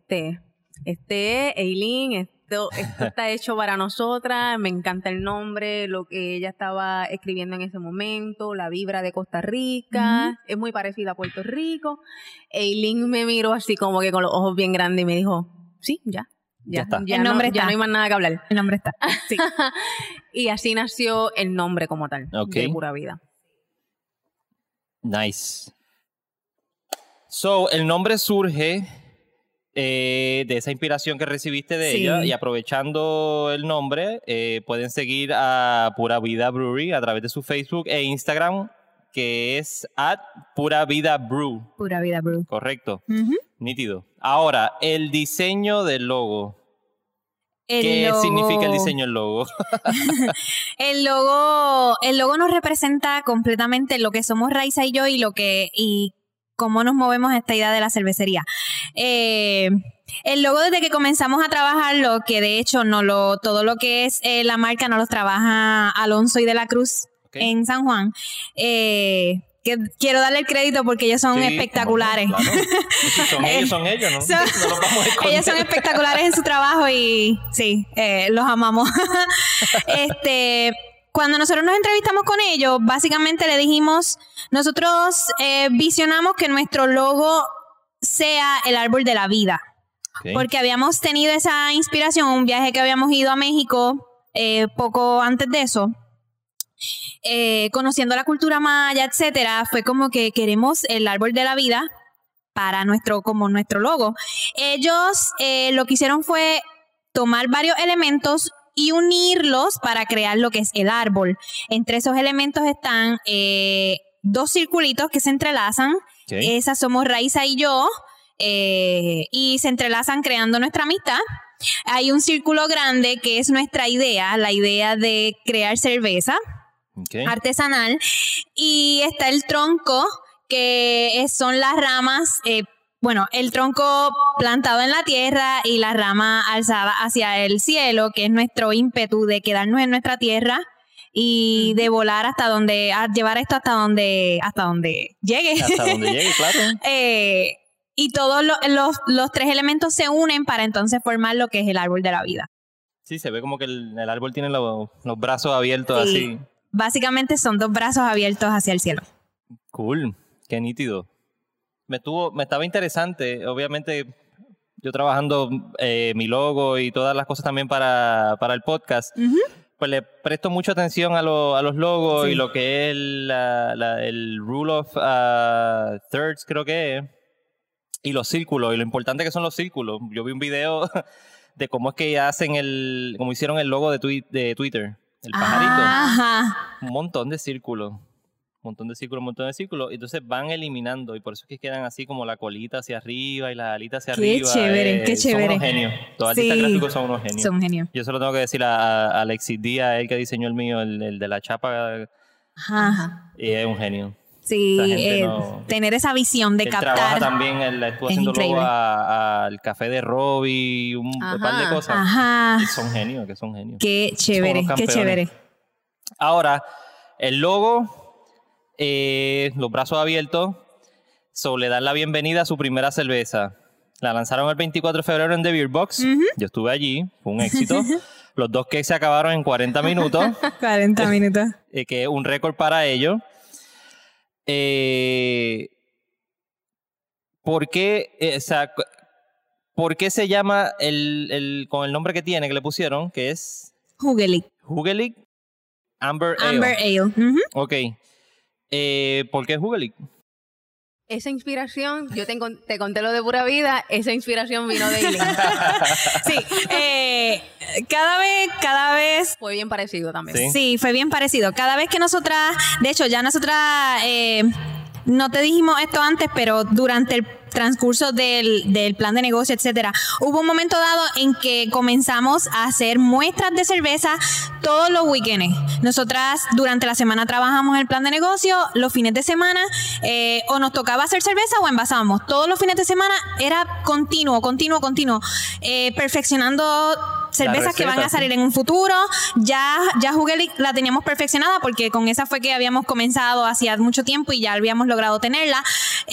Eileen, esto está hecho para nosotras, me encanta el nombre, lo que ella estaba escribiendo en ese momento, la vibra de Costa Rica, es muy parecida a Puerto Rico. Eileen me miró así como que con los ojos bien grandes y me dijo, sí, ya está. El nombre está. Ya no hay más nada que hablar. El nombre está. Sí. Y así nació el nombre como tal, de Pura Vida. Nice. So, el nombre surge de esa inspiración que recibiste de ella, y aprovechando el nombre, pueden seguir a Pura Vida Brewery a través de su Facebook e Instagram, que es @PuraVidaBrew. Pura Vida Brew. Correcto. Ujú. Nítido. Ahora, el diseño del logo. ¿Qué logo- significa el diseño del logo? El logo nos representa completamente lo que somos Raiza y yo y cómo nos movemos a esta idea de la cervecería. El logo, desde que comenzamos a trabajarlo, que de hecho todo lo que es la marca nos lo trabaja Alonso y de la Cruz en San Juan. Que quiero darle el crédito porque ellos son Sí, espectaculares. Claro. Sí, son ellos, ¿no? Son- No los vamos a esconder. Ellos son espectaculares en su trabajo y sí, los amamos. Cuando nosotros nos entrevistamos con ellos, básicamente le dijimos, nosotros visionamos que nuestro logo sea el árbol de la vida. Ok. Porque habíamos tenido esa inspiración, un viaje que habíamos ido a México poco antes de eso. Conociendo la cultura maya, etcétera, fue como que queremos el árbol de la vida como nuestro logo. Ellos lo que hicieron fue tomar varios elementos y unirlos para crear lo que es el árbol. Entre esos elementos están 2 circulitos que se entrelazan. Ok. Esas somos Raiza y yo, y se entrelazan creando nuestra amistad. Hay un círculo grande que es nuestra idea, la idea de crear cerveza Ok. artesanal, y está el tronco, que son las ramas, el tronco plantado en la tierra y la rama alzada hacia el cielo, que es nuestro ímpetu de quedarnos en nuestra tierra y de volar llevar esto hasta donde llegue. Hasta donde llegue, claro. Y todos los 3 elementos se unen para entonces formar lo que es el árbol de la vida. Sí, se ve como que el árbol tiene los brazos abiertos Sí. así. Básicamente son 2 brazos abiertos hacia el cielo. Cool, qué nítido. Me estaba interesante, obviamente yo trabajando mi logo y todas las cosas también para el podcast, pues le presto mucha atención a los logos Sí. y lo que es el rule of thirds, creo que es, y los círculos, y lo importante que son los círculos. Yo vi un video de cómo es que cómo hicieron el logo de Twitter, el pajarito. Ajá. Un montón de círculos. Entonces van eliminando y por eso es que quedan así como la colita hacia arriba y la alita hacia Qué arriba. chévere, qué chévere. Son unos genios. Los Sí. artistas gráficos son unos genios. Son genios. Yo se lo tengo que decir a Alexis Díaz, el que diseñó el mío, el de la chapa, Ajá. y es un genio. Sí, Esa gente no- tener esa visión de Él trabaja captar. también, él estuvo es haciendo increíble. logo al café de Robbie, un par de Ajá. cosas. Ajá. Y son genios, que son genios. Qué chévere, Son unos qué campeones. chévere. Ahora, el logo, los brazos abiertos, le dan la bienvenida a su primera cerveza. La lanzaron el 24 de febrero en The Beer Box. Yo estuve allí, fue un éxito. Los 2 cakes se acabaron en 40 minutos, 40 minutos. que es un récord para ellos. ¿Por qué se llama con el nombre que tiene, que le pusieron, que es Hugelic. Hugelic Amber Ale? Amber Ale. Ujú. Ok. ¿Por qué Hugelic? Esa inspiración, yo te conté lo de Pura Vida, esa inspiración vino de Eileen. Sí, cada vez Fue bien parecido también. Sí. sí, fue bien parecido. Cada vez que nosotras, de hecho, ya nosotras, no te dijimos esto antes, pero durante el transcurso del plan de negocio, etcétera, hubo un momento dado en que comenzamos a hacer muestras de cerveza todos los weekends. Nosotras durante la semana trabajamos el plan de negocio, los fines de semana o nos tocaba hacer cerveza o envasábamos. Todos los fines de semana era continuo, perfeccionando cervezas que van a salir en un futuro. Ya Hugelic la teníamos perfeccionada porque con esa fue que habíamos comenzado hacía mucho tiempo y ya habíamos logrado tenerla.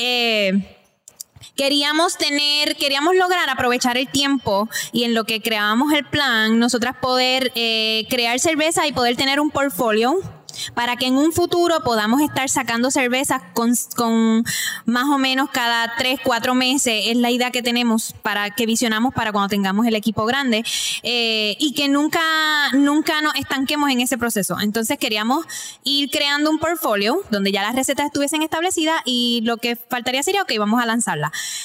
Queríamos lograr aprovechar el tiempo y en lo que creábamos el plan, nosotras poder crear cerveza y poder tener un portfolio para que en un futuro podamos estar sacando cervezas con más o menos cada 3-4 meses. Es la idea que tenemos, que visionamos para cuando tengamos el equipo grande, y que nunca nos estanquemos en ese proceso. Entonces queríamos ir creando un portfolio donde ya las recetas estuviesen establecidas y lo que faltaría sería, ok, vamos a lanzarla.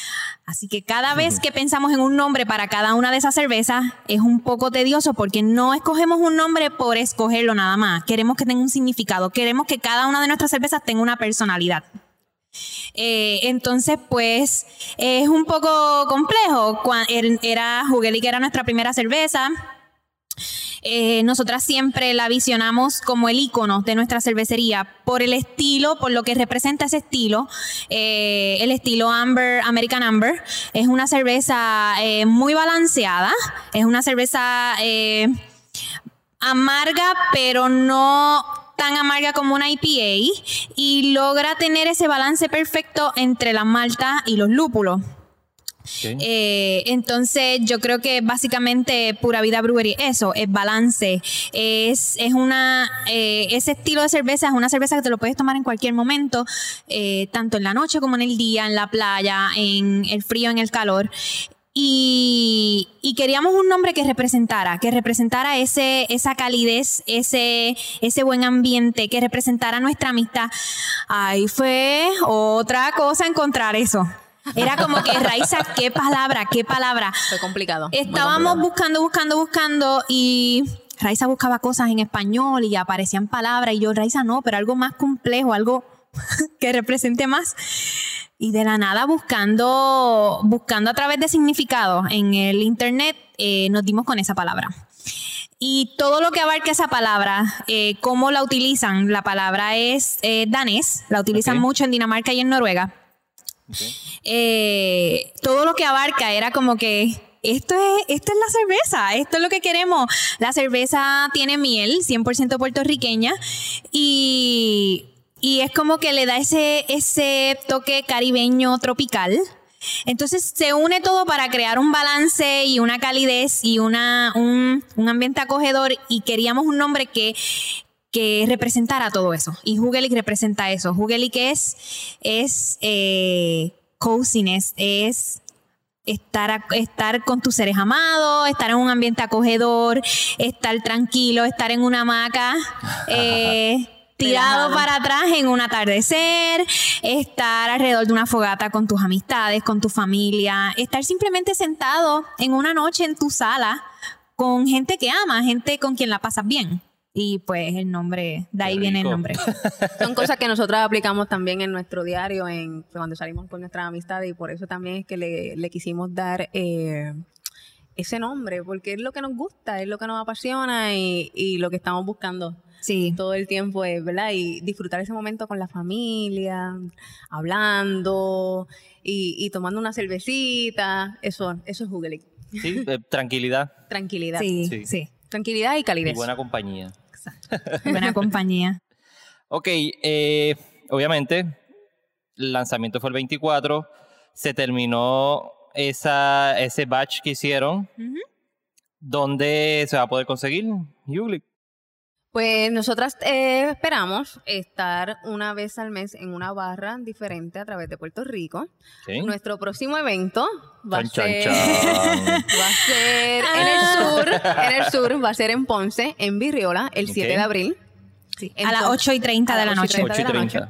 Así que cada vez que pensamos en un nombre para cada una de esas cervezas es un poco tedioso porque no escogemos un nombre por escogerlo nada más. Queremos que tenga un significado. Queremos que cada una de nuestras cervezas tenga una personalidad. Entonces, pues, es un poco complejo. Era Hugely, que era nuestra primera cerveza. Nosotras siempre la visionamos como el ícono de nuestra cervecería por el estilo, por lo que representa ese estilo. El estilo Amber, American Amber, es una cerveza muy balanceada, es una cerveza amarga, pero no tan amarga como una IPA, y logra tener ese balance perfecto entre la malta y los lúpulos. Okay. Entonces yo creo que básicamente Pura Vida Brewery eso es balance, es una ese estilo de cerveza es una cerveza que te lo puedes tomar en cualquier momento, tanto en la noche como en el día, en la playa, en el frío, en el calor. Y queríamos un nombre que representara esa calidez, ese buen ambiente, que representara nuestra amistad. Ay, fue otra cosa encontrar eso. Era como que, Raiza, ¿qué palabra? Fue complicado. Estábamos buscando y Raiza buscaba cosas en español y aparecían palabras y yo, Raiza, no, pero algo más complejo, algo que represente más. Y de la nada, buscando a través de significados en el internet, nos dimos con esa palabra. Y todo lo que abarca esa palabra, cómo la utilizan, la palabra es danés, la utilizan mucho en Dinamarca y en Noruega. Okay. Todo lo que abarca era como que esto es la cerveza, esto es lo que queremos. La cerveza tiene miel, 100% puertorriqueña, y es como que le da ese toque caribeño tropical. Entonces se une todo para crear un balance y una calidez y un ambiente acogedor, y queríamos un nombre que representara todo eso. Y Hugely representa eso. Hugely, que es coziness, es estar con tus seres amados, estar en un ambiente acogedor, estar tranquilo, estar en una hamaca, tirado para atrás en un atardecer, estar alrededor de una fogata con tus amistades, con tu familia, estar simplemente sentado en una noche en tu sala con gente que amas, gente con quien la pasas bien. Y pues el nombre, de ahí viene el nombre. Son cosas que nosotros aplicamos también en nuestro diario, cuando salimos con nuestras amistades, y por eso también es que le quisimos dar ese nombre, porque es lo que nos gusta, es lo que nos apasiona y lo que estamos buscando. Sí. Todo el tiempo, ¿verdad? Y disfrutar ese momento con la familia, hablando y tomando una cervecita. Eso es Hugely. Sí, tranquilidad. Tranquilidad. Sí. Tranquilidad y calidez. Y buena compañía. Buena compañía. Ok, obviamente, el lanzamiento fue el 24. Se terminó ese batch que hicieron. ¿Dónde se va a poder conseguir Hugely? Pues nosotras esperamos estar una vez al mes en una barra diferente a través de Puerto Rico. ¿Sí? Nuestro próximo evento va a ser en el sur, va a ser en Ponce, en Virriola, el 7 de abril. Sí, entonces, a las 8:30 de la noche. 8:30.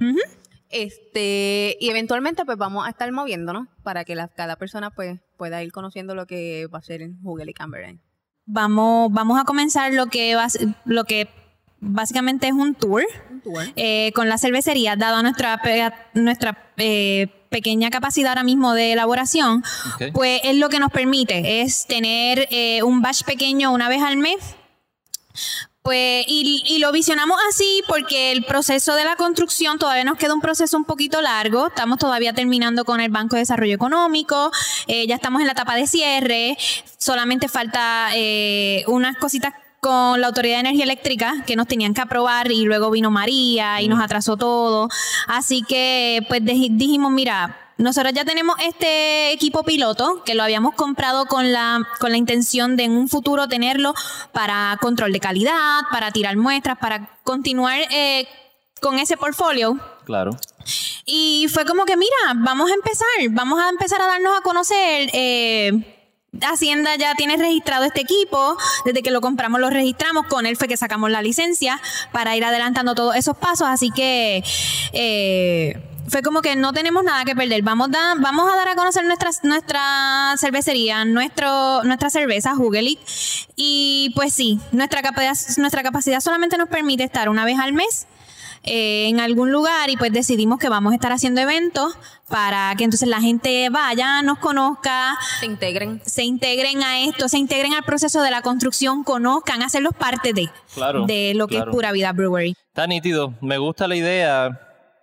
Y eventualmente pues vamos a estar moviéndonos para que cada persona pues pueda ir conociendo lo que va a ser en Hugely Amber. Vamos a comenzar lo que básicamente es un tour. Con la cervecería, dado nuestra pequeña capacidad ahora mismo de elaboración, pues es lo que nos permite, es tener un batch pequeño una vez al mes. Pues, y lo visionamos así porque el proceso de la construcción todavía nos queda un proceso un poquito largo. Estamos todavía terminando con el Banco de Desarrollo Económico. Ya estamos en la etapa de cierre. Solamente falta unas cositas con la Autoridad de Energía Eléctrica que nos tenían que aprobar, y luego vino María y nos atrasó todo. Así que pues dijimos, mira, nosotros ya tenemos este equipo piloto que lo habíamos comprado con la intención de en un futuro tenerlo para control de calidad, para tirar muestras, para continuar con ese portfolio. Claro. Y fue como que, mira, vamos a empezar a darnos a conocer. Hacienda ya tiene registrado este equipo. Desde que lo compramos lo registramos. Con él fue que sacamos la licencia para ir adelantando todos esos pasos. Así que fue como que no tenemos nada que perder. Vamos a dar a conocer nuestra cervecería, nuestra cerveza Hugelic. Y pues sí, nuestra capacidad solamente nos permite estar una vez al mes en algún lugar, y pues decidimos que vamos a estar haciendo eventos para que entonces la gente vaya, nos conozca, se integren a esto, se integren al proceso de la construcción, conozcan, hacerlos parte de lo que es Pura Vida Brewery. Está nítido, me gusta la idea.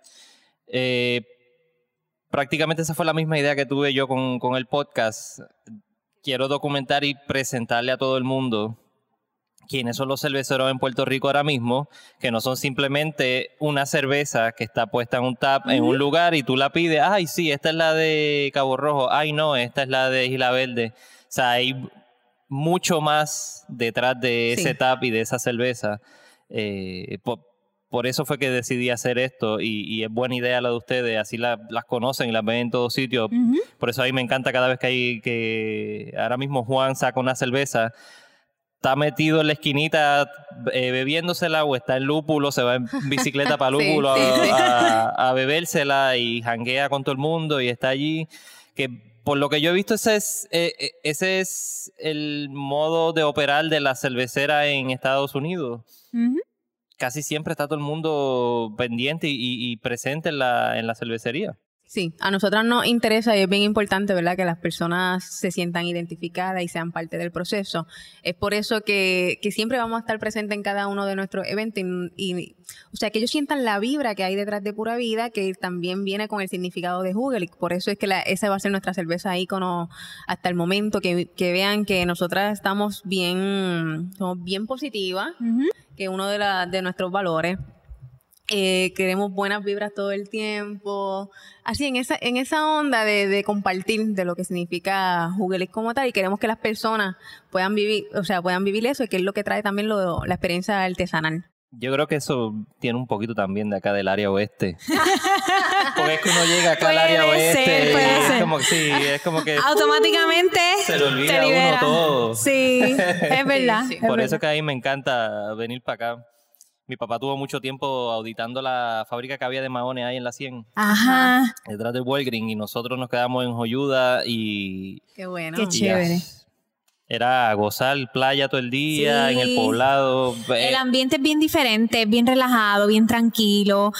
Prácticamente esa fue la misma idea que tuve yo con el podcast. Quiero documentar y presentarle a todo el mundo quiénes son los cerveceros en Puerto Rico ahora mismo, que no son simplemente una cerveza que está puesta en un tap en un lugar y tú la pides, ay sí, esta es la de Cabo Rojo, ay no, esta es la de Isla Verde. O sea, hay mucho más detrás de ese tap y de esa cerveza. Por eso fue que decidí hacer esto, y es buena idea la de ustedes, así las conocen y las ven en todos sitios. Por eso a mí me encanta cada vez que ahora mismo Juan saca una cerveza, está metido en la esquinita bebiéndosela, o está en Lúpulo, se va en bicicleta para Lúpulo a bebérsela y janguea con todo el mundo y está allí. Que por lo que yo he visto, ese es el modo de operar de la cervecera en Estados Unidos. Casi siempre está todo el mundo pendiente y presente en la cervecería. Sí, a nosotras nos interesa y es bien importante, ¿verdad?, que las personas se sientan identificadas y sean parte del proceso. Es por eso que siempre vamos a estar presentes en cada uno de nuestros eventos y o sea, que ellos sientan la vibra que hay detrás de Pura Vida, que también viene con el significado de Hugelic. Por eso es que esa va a ser nuestra cerveza ícono hasta el momento, que vean que nosotras somos bien positivas, que uno de nuestros valores. Queremos buenas vibras todo el tiempo, así en esa onda de compartir de lo que significa Hugelic como tal, y queremos que las personas puedan vivir eso, que es lo que trae también la experiencia artesanal. Yo creo que eso tiene un poquito también de acá del área oeste. Porque es que uno llega acá al área oeste y es como que automáticamente se le olvida te libera. A uno todo. Sí, es verdad. Sí. Es Por verdad. eso que a mí me encanta venir para acá. Mi papá tuvo mucho tiempo auditando la fábrica que había de maones ahí en la 100. Ajá. Detrás del Walgreens, y nosotros nos quedamos en Joyuda y... Qué bueno. Qué chévere. Era gozar playa todo el día, en el poblado. El ambiente es bien diferente, bien relajado, bien tranquilo.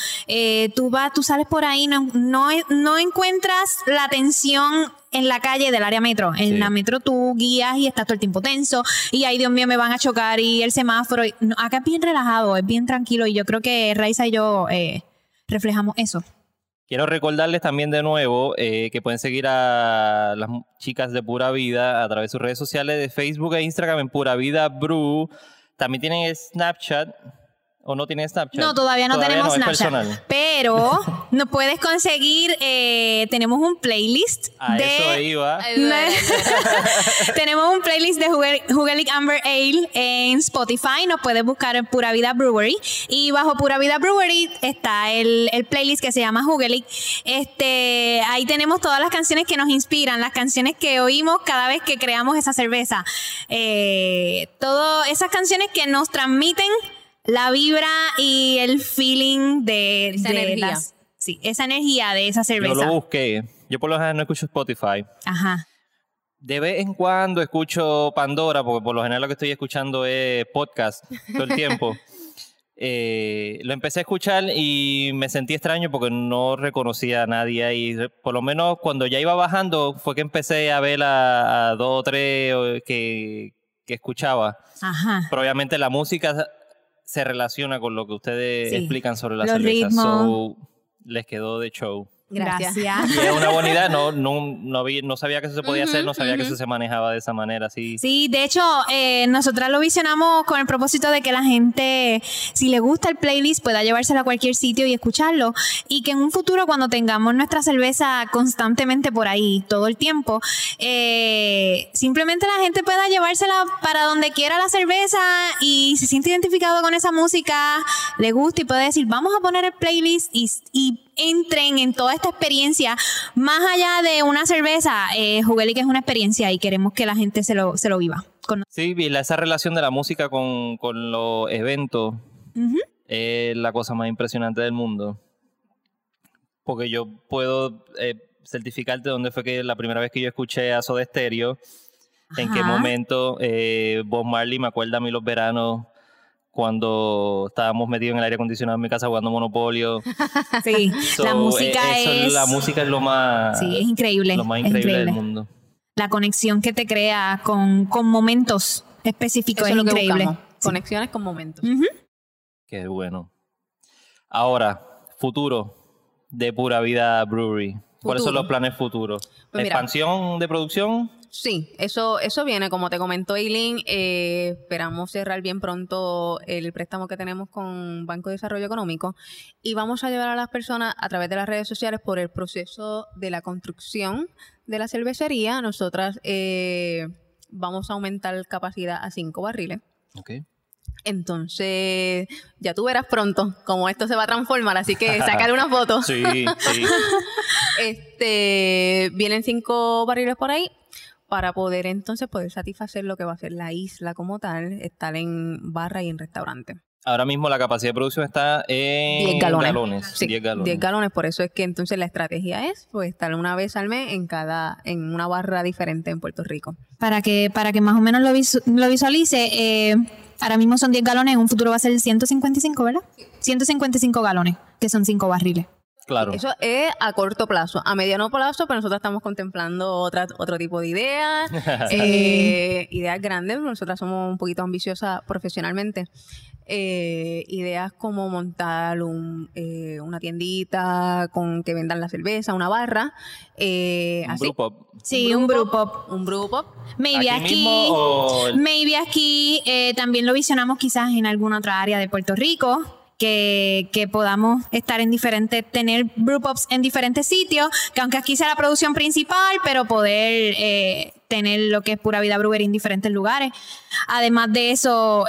Tú sales por ahí, no encuentras la tensión en la calle del área metro. En la metro tú guías y estás todo el tiempo tenso y ay Dios mío, me van a chocar y el semáforo. No, acá es bien relajado, es bien tranquilo, y yo creo que Raiza y yo reflejamos eso. Quiero recordarles también de nuevo que pueden seguir a las chicas de Pura Vida a través de sus redes sociales de Facebook e Instagram en Pura Vida Brew. También tienen Snapchat. ¿O no tienen Snapchat? No, todavía no tenemos no, Snapchat. Pero nos puedes conseguir, tenemos un playlist eso iba. Tenemos un playlist de Hugelic Amber Ale en Spotify. Nos puedes buscar en Pura Vida Brewery. Y bajo Pura Vida Brewery está el playlist que se llama Hugelic. Ahí tenemos todas las canciones que nos inspiran, las canciones que oímos cada vez que creamos esa cerveza. Todas esas canciones que nos transmiten la vibra y el feeling de energía. Esa energía de esa cerveza. Yo lo busqué. Yo por lo general no escucho Spotify. Ajá. De vez en cuando escucho Pandora, porque por lo general lo que estoy escuchando es podcast todo el tiempo. Lo empecé a escuchar y me sentí extraño porque no reconocía a nadie ahí. Por lo menos cuando ya iba bajando fue que empecé a ver a 2 o 3 que escuchaba. Ajá. Pero obviamente la música se relaciona con lo que ustedes explican sobre la los cerveza. ritmos. So, les quedó de show. Gracias. Y es una buena idea, no sabía que eso se podía hacer, no sabía que eso se manejaba de esa manera, así. Sí, de hecho, nosotras lo visionamos con el propósito de que la gente, si le gusta el playlist, pueda llevárselo a cualquier sitio y escucharlo, y que en un futuro, cuando tengamos nuestra cerveza constantemente por ahí, todo el tiempo, simplemente la gente pueda llevársela para donde quiera la cerveza y se siente identificado con esa música, le gusta y puede decir, vamos a poner el playlist y entren en toda esta experiencia. Más allá de una cerveza, Hugelic es una experiencia y queremos que la gente se lo viva. Sí, y esa relación de la música con los eventos es la cosa más impresionante del mundo. porque yo puedo certificarte dónde fue que la primera vez que yo escuché a Soda Stereo, en qué momento Bob Marley, me acuerda a mí los veranos cuando estábamos metidos en el aire acondicionado en mi casa jugando Monopolio. Sí, la música La música es lo más... Sí, es increíble. Lo más increíble del mundo. La conexión que te crea con momentos específicos es increíble. Conexiones con momentos. Qué bueno. Ahora, futuro de Pura Vida Brewery. ¿Cuáles son los planes futuros? Pues ¿expansión de producción? Sí, eso viene, como te comentó Eileen, esperamos cerrar bien pronto el préstamo que tenemos con Banco de Desarrollo Económico y vamos a llevar a las personas a través de las redes sociales por el proceso de la construcción de la cervecería. Nosotras vamos a aumentar capacidad a 5 barriles. Okay. Entonces, ya tú verás pronto cómo esto se va a transformar, así que sácale una foto. Sí. Vienen 5 barriles por ahí para poder entonces poder satisfacer lo que va a ser la isla como tal, estar en barra y en restaurante. Ahora mismo la capacidad de producción está en 10 galones. Sí, 10 galones. 10 galones, por eso es que entonces la estrategia es pues estar una vez al mes en una barra diferente en Puerto Rico. Para que más o menos lo visualice, ahora mismo son 10 galones, en un futuro va a ser 155, ¿verdad? 155 galones, que son 5 barriles. Claro. Eso es a corto plazo. A mediano plazo, pues nosotros estamos contemplando otro tipo de ideas, ideas grandes. Nosotras somos un poquito ambiciosas profesionalmente. Ideas como montar una tiendita con que vendan la cerveza, una barra. Un brew pub. Sí, un brew pub. Un brew pub. Maybe aquí también lo visionamos quizás en alguna otra área de Puerto Rico. Que podamos estar tener brew pubs en diferentes sitios, que aunque aquí sea la producción principal, pero poder tener lo que es Pura Vida Brewery en diferentes lugares. Además de eso,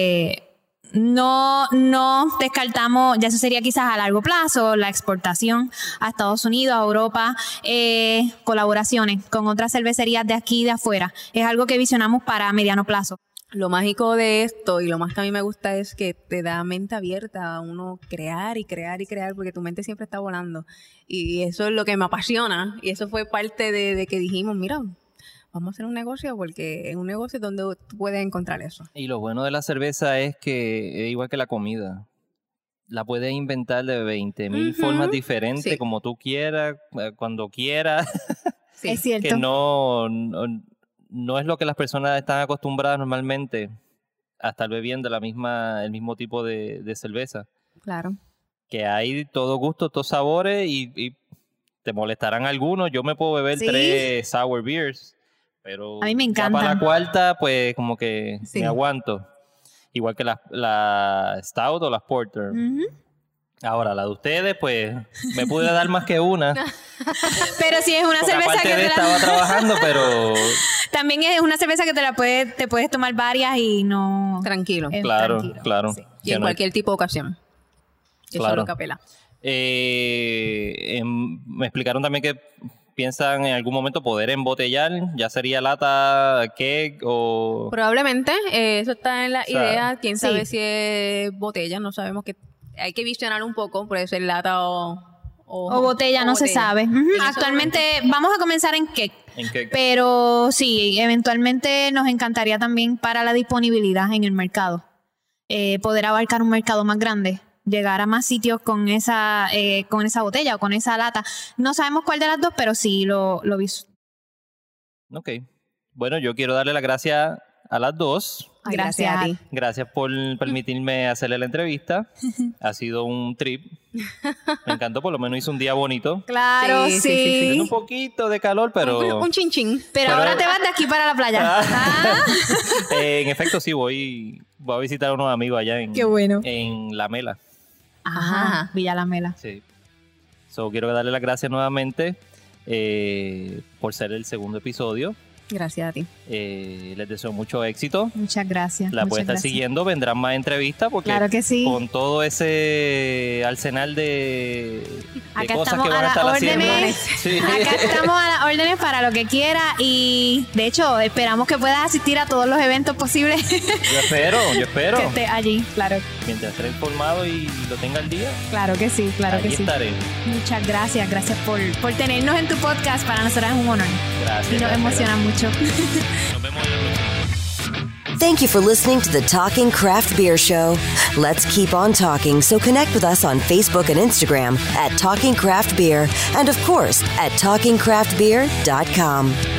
no descartamos, ya eso sería quizás a largo plazo, la exportación a Estados Unidos, a Europa, colaboraciones con otras cervecerías de aquí y de afuera. Es algo que visionamos para mediano plazo. Lo mágico de esto y lo más que a mí me gusta es que te da mente abierta a uno crear y crear y crear, porque tu mente siempre está volando. Y eso es lo que me apasiona. Y eso fue parte de que dijimos, mira, vamos a hacer un negocio, porque es un negocio donde tú puedes encontrar eso. Y lo bueno de la cerveza es que es igual que la comida. La puedes inventar de 20,000 formas diferentes, como tú quieras, cuando quieras. Sí. Es cierto. Que no es lo que las personas están acostumbradas normalmente a estar bebiendo el mismo tipo de cerveza. Claro. Que hay todo gusto, todos sabores y te molestarán algunos. Yo me puedo beber 3 sour beers, pero a mí me encanta. Para la cuarta, pues como que me aguanto. Igual que la Stout o las Porter. Ahora, la de ustedes, pues, me pude dar más que una. Pero sí es una cerveza que estaba trabajando, pero... También es una cerveza que te puedes tomar varias y no... Tranquilo. Claro. Sí. Y en cualquier tipo de ocasión. Eso es lo que apela. Me explicaron también que piensan en algún momento poder embotellar, ya sería lata, keg o... Probablemente, eso está en la idea. Quién sabe si es botella, no sabemos qué. Hay que visionar un poco, puede ser lata o botella, no se sabe. Actualmente vamos a comenzar en keg. Pero sí, eventualmente nos encantaría también para la disponibilidad en el mercado. Poder abarcar un mercado más grande, llegar a más sitios con esa botella o con esa lata. No sabemos cuál de las dos, pero sí lo visto. Ok. Bueno, yo quiero darle las gracias a las dos. Gracias a ti. Gracias por permitirme hacerle la entrevista. Ha sido un trip. Me encantó, por lo menos hizo un día bonito. Claro, sí. Tiene un poquito de calor, pero... Un chinchín. Pero ahora te vas de aquí para la playa. En efecto, sí, voy a visitar a unos amigos allá Qué bueno. en La Mela. Ajá, Villa La Mela. Sí. Quiero darle las gracias nuevamente por ser el segundo episodio. Gracias a ti. Les deseo mucho éxito. Muchas gracias. La pueden estar siguiendo, vendrán más entrevistas porque claro que sí. Con todo ese arsenal de cosas que van a estar haciendo. Sí. Acá estamos a las órdenes para lo que quiera y de hecho esperamos que puedas asistir a todos los eventos posibles. Yo espero. Que esté allí, claro. mientras esté informado y lo tenga al día. Claro que sí, claro que sí. Estaré. Muchas gracias por tenernos en tu podcast. Para nosotros es un honor. Gracias. Y nos emociona mucho. Nos vemos en la próxima. Thank you for listening to the Talking Craft Beer Show. Let's keep on talking, so connect with us on Facebook and Instagram at Talking Craft Beer, and of course at TalkingCraftBeer.com.